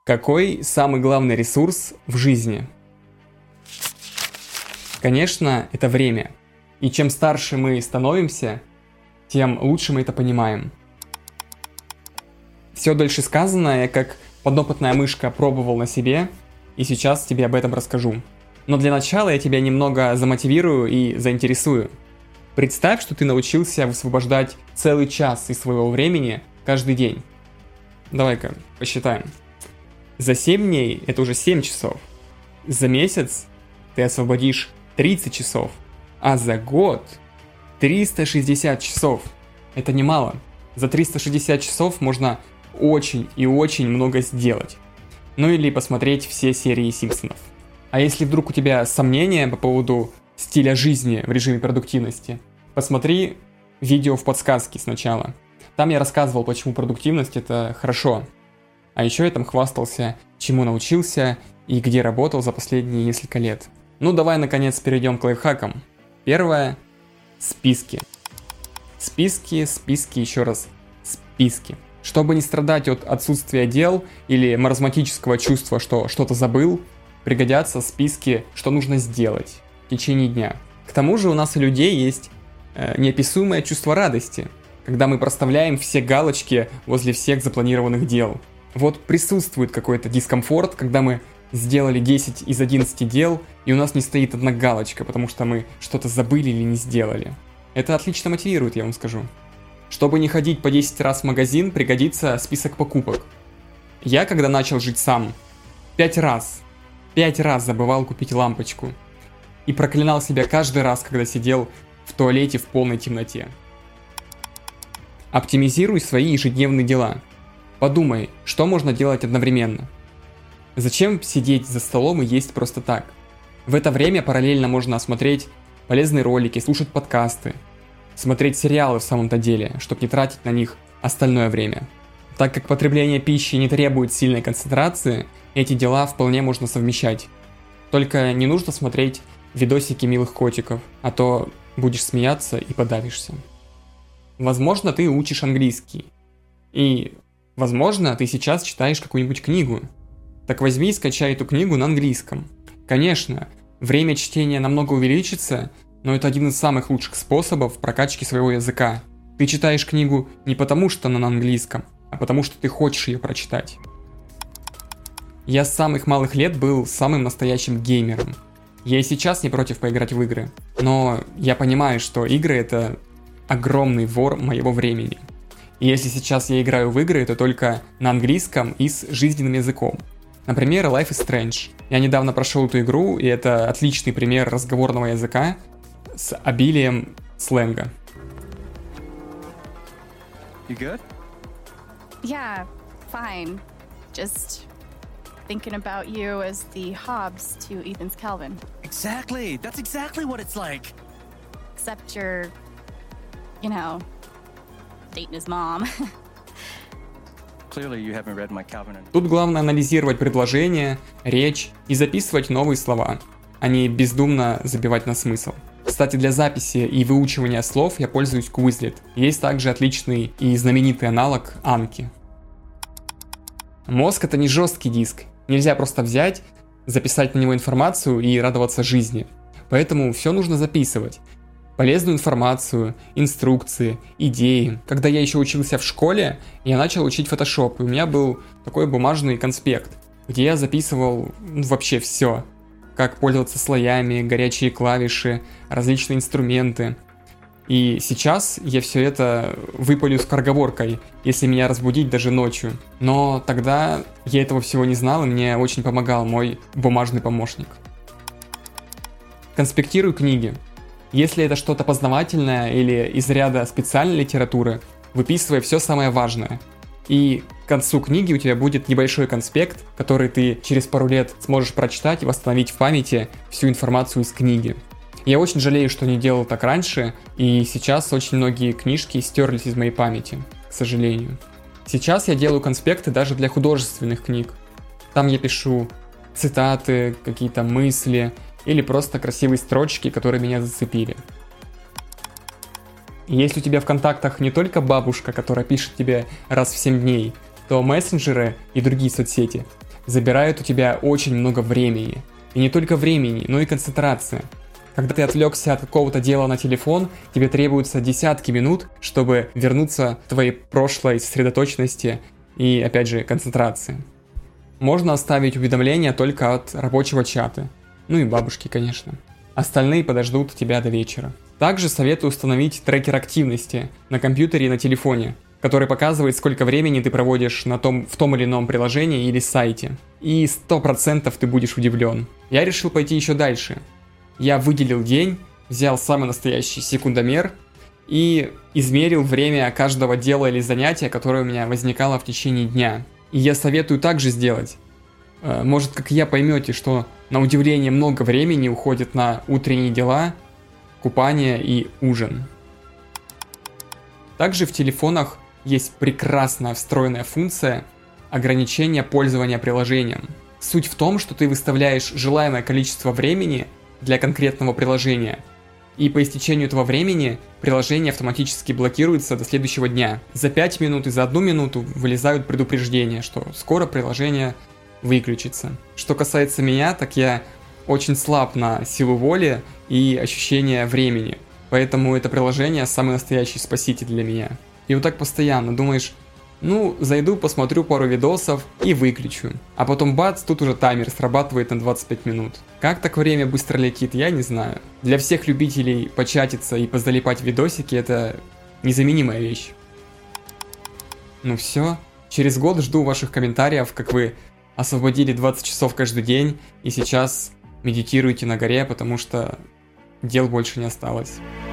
Какой самый главный ресурс в жизни? Конечно, это время. И чем старше мы становимся, тем лучше мы это понимаем. Все дальше сказанное я как подопытная мышка пробовал на себе, и сейчас тебе об этом расскажу. Но для начала я тебя немного замотивирую и заинтересую. Представь, что ты научился высвобождать целый час из своего времени каждый день. Давай-ка посчитаем. За 7 дней это уже 7 часов. За месяц ты освободишь 30 часов. А за год 360 часов. Это немало. За 360 часов можно очень и очень много сделать. Ну или посмотреть все серии Симпсонов. А если вдруг у тебя сомнения по поводу стиля жизни в режиме продуктивности, посмотри видео в подсказке сначала. Там я рассказывал, почему продуктивность это хорошо. А еще я там хвастался, чему научился и где работал за последние несколько лет. Ну давай наконец перейдем к лайфхакам. Первое – списки. Списки, еще раз списки. Чтобы не страдать от отсутствия дел или маразматического чувства, что что-то забыл, пригодятся списки, что нужно сделать в течение дня. К тому же у нас у людей есть неописуемое чувство радости, когда мы проставляем все галочки возле всех запланированных дел. Вот присутствует какой-то дискомфорт, когда мы сделали 10 из 11 дел, и у нас не стоит одна галочка, потому что мы что-то забыли или не сделали. Это отлично мотивирует, я вам скажу. Чтобы не ходить по 10 раз в магазин, пригодится список покупок. Я, когда начал жить сам, 5 раз забывал купить лампочку. И проклинал себя каждый раз, когда сидел в туалете в полной темноте. Оптимизируй свои ежедневные дела. Подумай, что можно делать одновременно. Зачем сидеть за столом и есть просто так? В это время параллельно можно осмотреть полезные ролики, слушать подкасты, смотреть сериалы в самом-то деле, чтобы не тратить на них остальное время. Так как потребление пищи не требует сильной концентрации, эти дела вполне можно совмещать. Только не нужно смотреть видосики милых котиков, а то будешь смеяться и подавишься. Возможно, ты учишь английский. И, возможно, ты сейчас читаешь какую-нибудь книгу. Так возьми и скачай эту книгу на английском. Конечно, время чтения намного увеличится, но это один из самых лучших способов прокачки своего языка. Ты читаешь книгу не потому, что она на английском, а потому, что ты хочешь ее прочитать. Я с самых малых лет был самым настоящим геймером. Я и сейчас не против поиграть в игры, но я понимаю, что игры это огромный вор моего времени. И если сейчас я играю в игры, то только на английском и с жизненным языком. Например, Life is Strange. Я недавно прошел эту игру, и это отличный пример разговорного языка с обилием сленга. You good? Yeah, fine. Just thinking about you as the Hobbes to Ethan's Calvin. Exactly. That's exactly what it's like. Except you're, dating his mom. Clearly you haven't read my Calvin. Тут главное анализировать предложения, речь и записывать новые слова, а не бездумно забивать на смысл. Кстати, для записи и выучивания слов я пользуюсь Quizlet. Есть также отличный и знаменитый аналог Анки. Мозг это не жесткий диск. Нельзя просто взять, записать на него информацию и радоваться жизни. Поэтому все нужно записывать. Полезную информацию, инструкции, идеи. Когда я еще учился в школе, я начал учить Photoshop, и у меня был такой бумажный конспект, где я записывал вообще все. Как пользоваться слоями, горячие клавиши, различные инструменты. И сейчас я все это выпалю скороговоркой, если меня разбудить даже ночью. Но тогда я этого всего не знал, и мне очень помогал мой бумажный помощник. Конспектируй книги. Если это что-то познавательное или из ряда специальной литературы, выписывай все самое важное. И к концу книги у тебя будет небольшой конспект, который ты через пару лет сможешь прочитать и восстановить в памяти всю информацию из книги. Я очень жалею, что не делал так раньше, и сейчас очень многие книжки стерлись из моей памяти, к сожалению. Сейчас я делаю конспекты даже для художественных книг. Там я пишу цитаты, какие-то мысли или просто красивые строчки, которые меня зацепили. Если у тебя в контактах не только бабушка, которая пишет тебе раз в 7 дней, то мессенджеры и другие соцсети забирают у тебя очень много времени. И не только времени, но и концентрации. Когда ты отвлекся от какого-то дела на телефон, тебе требуется десятки минут, чтобы вернуться к твоей прошлой сосредоточенности и, опять же, концентрации. Можно оставить уведомления только от рабочего чата. Ну и бабушки, конечно. Остальные подождут тебя до вечера. Также советую установить трекер активности на компьютере и на телефоне, который показывает, сколько времени ты проводишь в том или ином приложении или сайте. И 100% ты будешь удивлен. Я решил пойти еще дальше. Я выделил день, взял самый настоящий секундомер и измерил время каждого дела или занятия, которое у меня возникало в течение дня. И я советую также сделать. Может, как я, поймете, что на удивление много времени уходит на утренние дела, купание и ужин. Также в телефонах есть прекрасная встроенная функция ограничения пользования приложением. Суть в том, что ты выставляешь желаемое количество времени для конкретного приложения, и по истечению этого времени приложение автоматически блокируется до следующего дня. За 5 минут и за 1 минуту вылезают предупреждения, что скоро приложение выключится. Что касается меня, так я очень слаб на силу воли и ощущение времени, поэтому это приложение самый настоящий спаситель для меня. И вот так постоянно думаешь, ну, зайду, посмотрю пару видосов и выключу. А потом бац, тут уже таймер срабатывает на 25 минут. Как так время быстро летит, я не знаю. Для всех любителей початиться и позалипать видосики это незаменимая вещь. Ну все. Через год жду ваших комментариев, как вы освободили 20 часов каждый день и сейчас медитируете на горе, потому что дел больше не осталось.